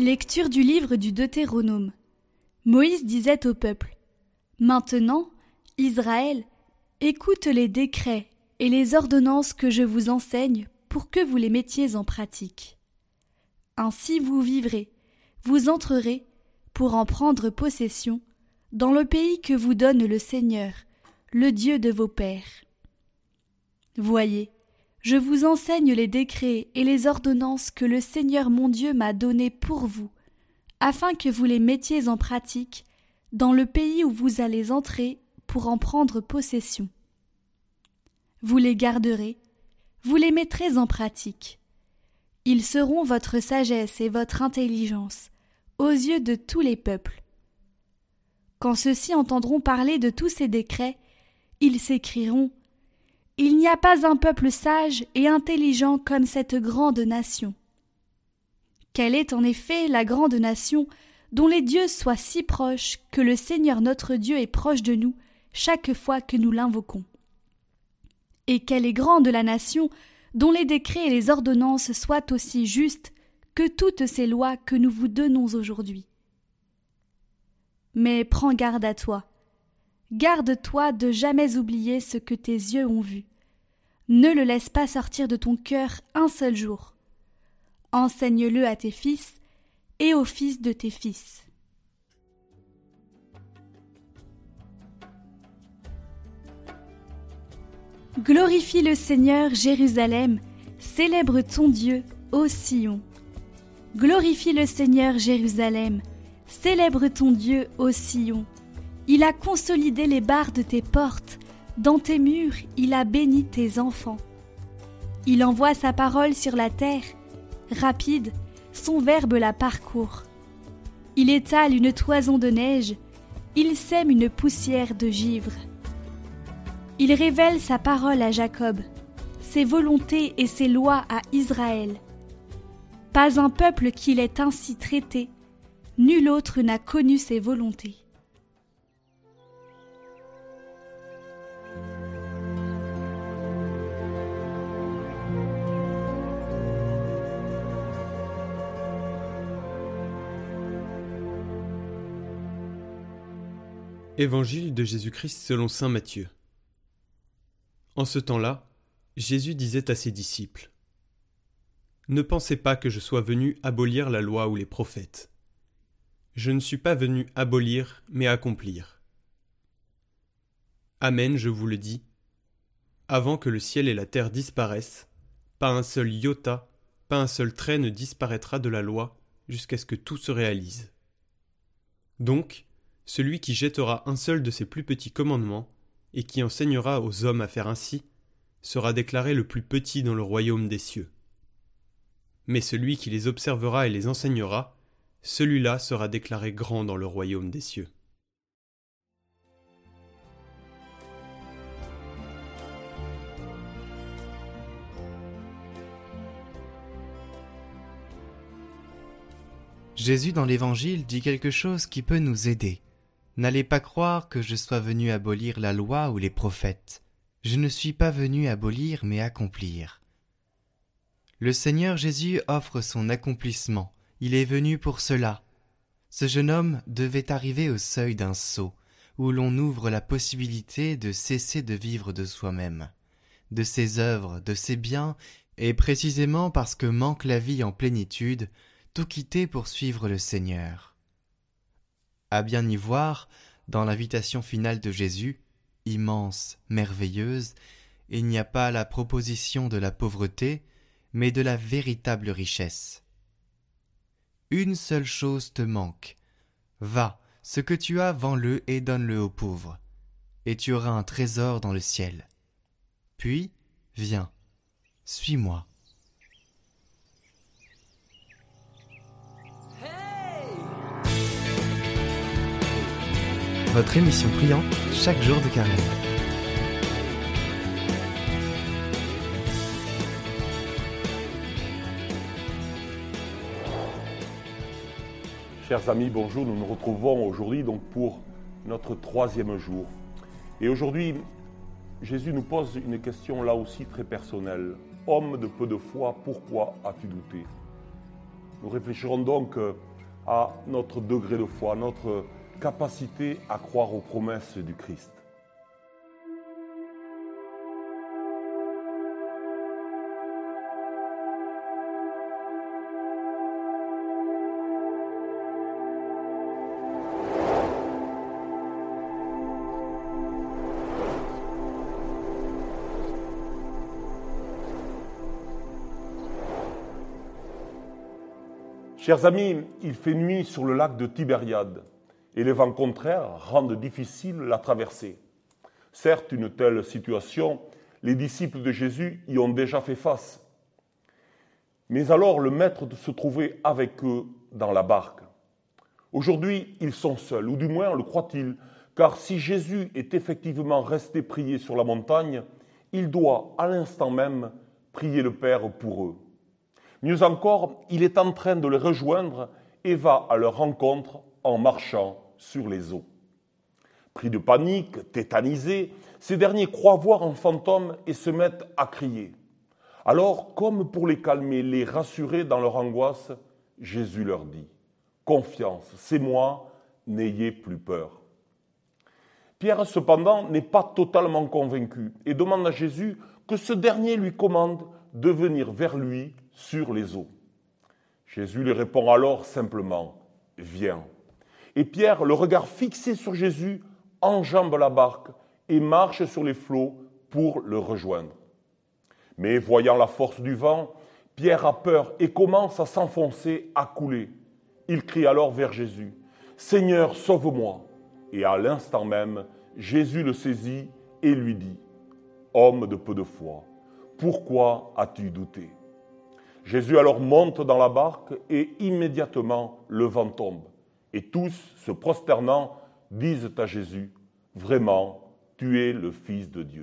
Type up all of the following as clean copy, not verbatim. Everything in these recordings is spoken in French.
Lecture du livre du Deutéronome. Moïse disait au peuple : Maintenant, Israël, écoute les décrets et les ordonnances que je vous enseigne pour que vous les mettiez en pratique. Ainsi vous vivrez, vous entrerez, pour en prendre possession, dans le pays que vous donne le Seigneur, le Dieu de vos pères. Voyez, je vous enseigne les décrets et les ordonnances que le Seigneur mon Dieu m'a donnés pour vous, afin que vous les mettiez en pratique dans le pays où vous allez entrer pour en prendre possession. Vous les garderez, vous les mettrez en pratique. Ils seront votre sagesse et votre intelligence aux yeux de tous les peuples. Quand ceux-ci entendront parler de tous ces décrets, ils s'écrieront : Il n'y a pas un peuple sage et intelligent comme cette grande nation. Quelle est en effet la grande nation dont les dieux soient si proches que le Seigneur notre Dieu est proche de nous chaque fois que nous l'invoquons. Et quelle est grande la nation dont les décrets et les ordonnances soient aussi justes que toutes ces lois que nous vous donnons aujourd'hui. Mais prends garde à toi. Garde-toi de jamais oublier ce que tes yeux ont vu. Ne le laisse pas sortir de ton cœur un seul jour. Enseigne-le à tes fils et aux fils de tes fils. Glorifie le Seigneur, Jérusalem, célèbre ton Dieu, ô Sion. Glorifie le Seigneur, Jérusalem, célèbre ton Dieu, ô Sion. Il a consolidé les barres de tes portes, dans tes murs, il a béni tes enfants. Il envoie sa parole sur la terre, rapide, son verbe la parcourt. Il étale une toison de neige, il sème une poussière de givre. Il révèle sa parole à Jacob, ses volontés et ses lois à Israël. Pas un peuple qui l'ait ainsi traité, nul autre n'a connu ses volontés. Évangile de Jésus-Christ selon saint Matthieu. En ce temps-là, Jésus disait à ses disciples : Ne pensez pas que je sois venu abolir la loi ou les prophètes. Je ne suis pas venu abolir, mais accomplir. Amen, je vous le dis, avant que le ciel et la terre disparaissent, pas un seul iota, pas un seul trait ne disparaîtra de la loi jusqu'à ce que tout se réalise. Donc, celui qui jettera un seul de ces plus petits commandements et qui enseignera aux hommes à faire ainsi sera déclaré le plus petit dans le royaume des cieux. Mais celui qui les observera et les enseignera, celui-là sera déclaré grand dans le royaume des cieux. Jésus dans l'Évangile dit quelque chose qui peut nous aider. N'allez pas croire que je sois venu abolir la loi ou les prophètes. Je ne suis pas venu abolir mais accomplir. Le Seigneur Jésus offre son accomplissement. Il est venu pour cela. Ce jeune homme devait arriver au seuil d'un sceau, où l'on ouvre la possibilité de cesser de vivre de soi-même, de ses œuvres, de ses biens, et précisément parce que manque la vie en plénitude, tout quitter pour suivre le Seigneur. À bien y voir, dans l'invitation finale de Jésus, immense, merveilleuse, il n'y a pas la proposition de la pauvreté, mais de la véritable richesse. Une seule chose te manque. Va, ce que tu as, vends-le et donne-le aux pauvres, et tu auras un trésor dans le ciel. Puis, viens, suis-moi. Votre émission priante chaque jour de carême. Chers amis, bonjour, nous nous retrouvons aujourd'hui donc pour notre 3e jour. Et aujourd'hui, Jésus nous pose une question là aussi très personnelle. Homme de peu de foi, pourquoi as-tu douté ? Nous réfléchirons donc à notre degré de foi, à notre capacité à croire aux promesses du Christ. Chers amis, il fait nuit sur le lac de Tibériade et les vents contraires rendent difficile la traversée. Certes, une telle situation, les disciples de Jésus y ont déjà fait face. Mais alors le Maître se trouvait avec eux dans la barque. Aujourd'hui, ils sont seuls, ou du moins le croient-ils, car si Jésus est effectivement resté prier sur la montagne, il doit à l'instant même prier le Père pour eux. Mieux encore, il est en train de les rejoindre et va à leur rencontre en marchant sur les eaux. Pris de panique, tétanisés, ces derniers croient voir un fantôme et se mettent à crier. Alors, comme pour les calmer, les rassurer dans leur angoisse, Jésus leur dit « Confiance, c'est moi, n'ayez plus peur ». Pierre, cependant, n'est pas totalement convaincu et demande à Jésus que ce dernier lui commande de venir vers lui sur les eaux. Jésus lui répond alors simplement « Viens ». Et Pierre, le regard fixé sur Jésus, enjambe la barque et marche sur les flots pour le rejoindre. Mais voyant la force du vent, Pierre a peur et commence à s'enfoncer, à couler. Il crie alors vers Jésus « Seigneur, sauve-moi » Et à l'instant même, Jésus le saisit et lui dit « Homme de peu de foi, pourquoi as-tu douté ?» Jésus alors monte dans la barque et immédiatement le vent tombe. Et tous, se prosternant, disent à Jésus « Vraiment, tu es le Fils de Dieu ».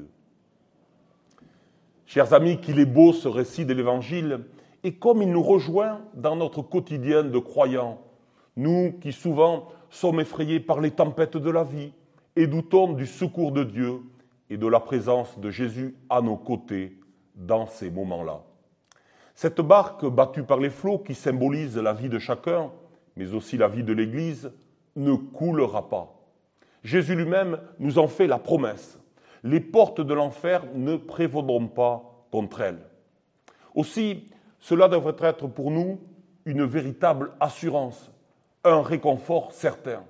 Chers amis, qu'il est beau ce récit de l'Évangile, et comme il nous rejoint dans notre quotidien de croyants, nous qui souvent sommes effrayés par les tempêtes de la vie et doutons du secours de Dieu et de la présence de Jésus à nos côtés dans ces moments-là. Cette barque battue par les flots qui symbolise la vie de chacun, mais aussi la vie de l'Église, ne coulera pas. Jésus lui-même nous en fait la promesse. Les portes de l'enfer ne prévaudront pas contre elle. Aussi, cela devrait être pour nous une véritable assurance, un réconfort certain.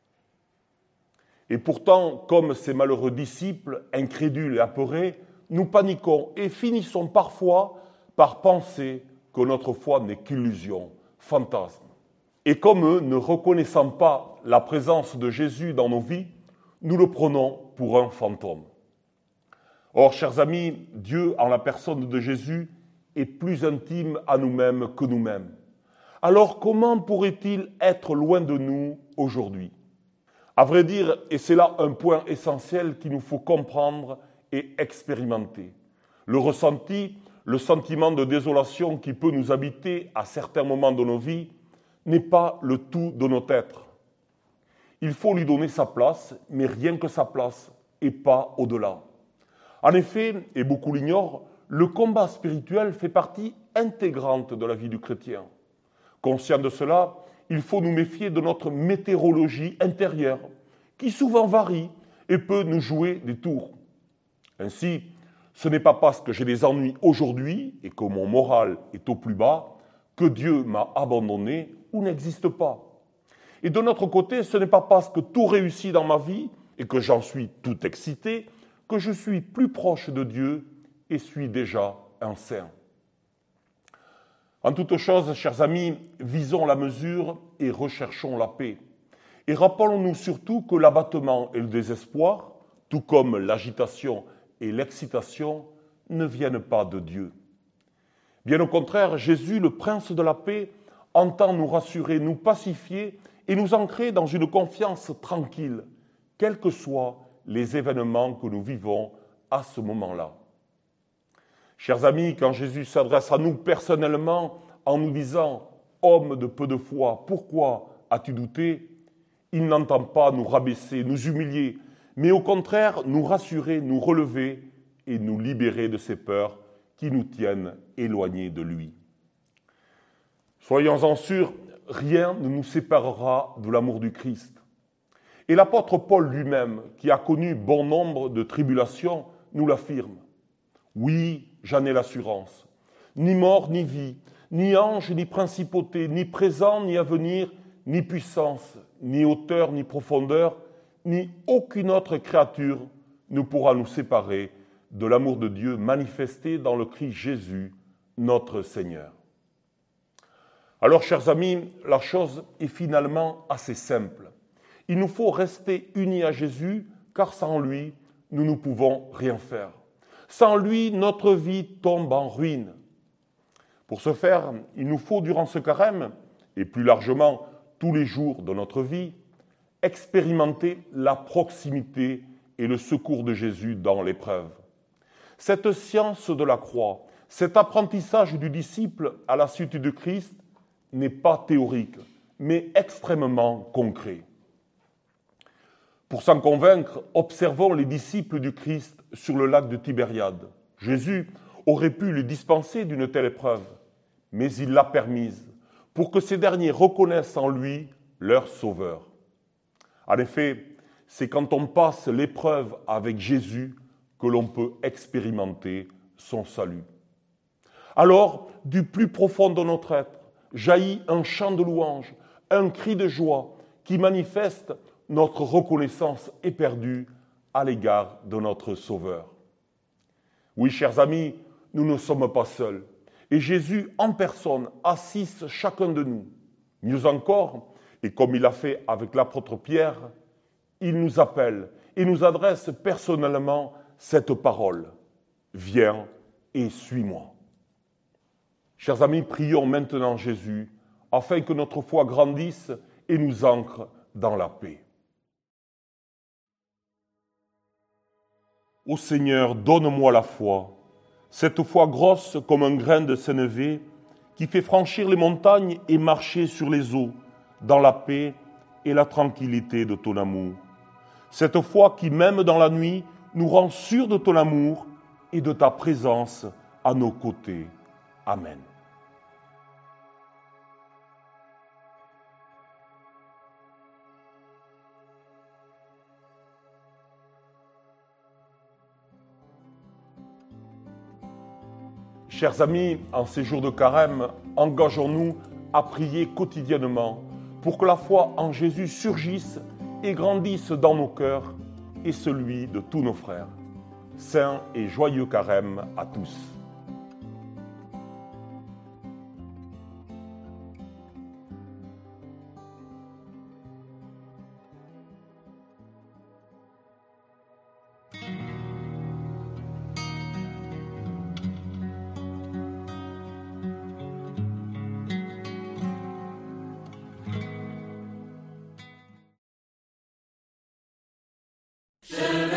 Et pourtant, comme ces malheureux disciples, incrédules et apeurés, nous paniquons et finissons parfois par penser que notre foi n'est qu'illusion, fantasme. Et comme eux, ne reconnaissant pas la présence de Jésus dans nos vies, nous le prenons pour un fantôme. Or, chers amis, Dieu, en la personne de Jésus, est plus intime à nous-mêmes que nous-mêmes. Alors, comment pourrait-il être loin de nous aujourd'hui ? À vrai dire, et c'est là un point essentiel qu'il nous faut comprendre et expérimenter, le ressenti, le sentiment de désolation qui peut nous habiter à certains moments de nos vies n'est pas le tout de notre être. Il faut lui donner sa place, mais rien que sa place, et pas au-delà. En effet, et beaucoup l'ignorent, le combat spirituel fait partie intégrante de la vie du chrétien. Conscient de cela, il faut nous méfier de notre météorologie intérieure, qui souvent varie et peut nous jouer des tours. Ainsi, ce n'est pas parce que j'ai des ennuis aujourd'hui et que mon moral est au plus bas que Dieu m'a abandonné ou n'existe pas. Et de notre côté, ce n'est pas parce que tout réussit dans ma vie et que j'en suis tout excité que je suis plus proche de Dieu et suis déjà un saint. En toute chose, chers amis, visons la mesure et recherchons la paix. Et rappelons-nous surtout que l'abattement et le désespoir, tout comme l'agitation et l'excitation, ne viennent pas de Dieu. Bien au contraire, Jésus, le Prince de la paix, entend nous rassurer, nous pacifier et nous ancrer dans une confiance tranquille, quels que soient les événements que nous vivons à ce moment-là. Chers amis, quand Jésus s'adresse à nous personnellement en nous disant « Homme de peu de foi, pourquoi as-tu douté ?» il n'entend pas nous rabaisser, nous humilier, mais au contraire nous rassurer, nous relever et nous libérer de ces peurs qui nous tiennent éloignés de lui. Soyons-en sûrs, rien ne nous séparera de l'amour du Christ. Et l'apôtre Paul lui-même, qui a connu bon nombre de tribulations, nous l'affirme. Oui, j'en ai l'assurance. Ni mort, ni vie, ni ange, ni principauté, ni présent, ni avenir, ni puissance, ni hauteur, ni profondeur, ni aucune autre créature ne pourra nous séparer de l'amour de Dieu manifesté dans le Christ Jésus, notre Seigneur. Alors, chers amis, la chose est finalement assez simple. Il nous faut rester unis à Jésus, car sans lui, nous ne pouvons rien faire. Sans lui, notre vie tombe en ruine. Pour ce faire, il nous faut, durant ce carême, et plus largement tous les jours de notre vie, expérimenter la proximité et le secours de Jésus dans l'épreuve. Cette science de la croix, cet apprentissage du disciple à la suite de Christ n'est pas théorique, mais extrêmement concret. Pour s'en convaincre, observons les disciples du Christ sur le lac de Tibériade. Jésus aurait pu les dispenser d'une telle épreuve, mais il l'a permise pour que ces derniers reconnaissent en lui leur sauveur. En effet, c'est quand on passe l'épreuve avec Jésus que l'on peut expérimenter son salut. Alors, du plus profond de notre être, jaillit un chant de louange, un cri de joie qui manifeste notre reconnaissance éperdue à l'égard de notre Sauveur. Oui, chers amis, nous ne sommes pas seuls. Et Jésus en personne assiste chacun de nous. Mieux encore, et comme il l'a fait avec l'apôtre Pierre, il nous appelle et nous adresse personnellement cette parole. Viens et suis-moi. Chers amis, prions maintenant Jésus afin que notre foi grandisse et nous ancre dans la paix. Ô Seigneur, donne-moi la foi, cette foi grosse comme un grain de sénévé qui fait franchir les montagnes et marcher sur les eaux dans la paix et la tranquillité de ton amour. Cette foi qui, même dans la nuit, nous rend sûrs de ton amour et de ta présence à nos côtés. Amen. Chers amis, en ces jours de carême, engageons-nous à prier quotidiennement pour que la foi en Jésus surgisse et grandisse dans nos cœurs et celui de tous nos frères. Saint et joyeux carême à tous. Je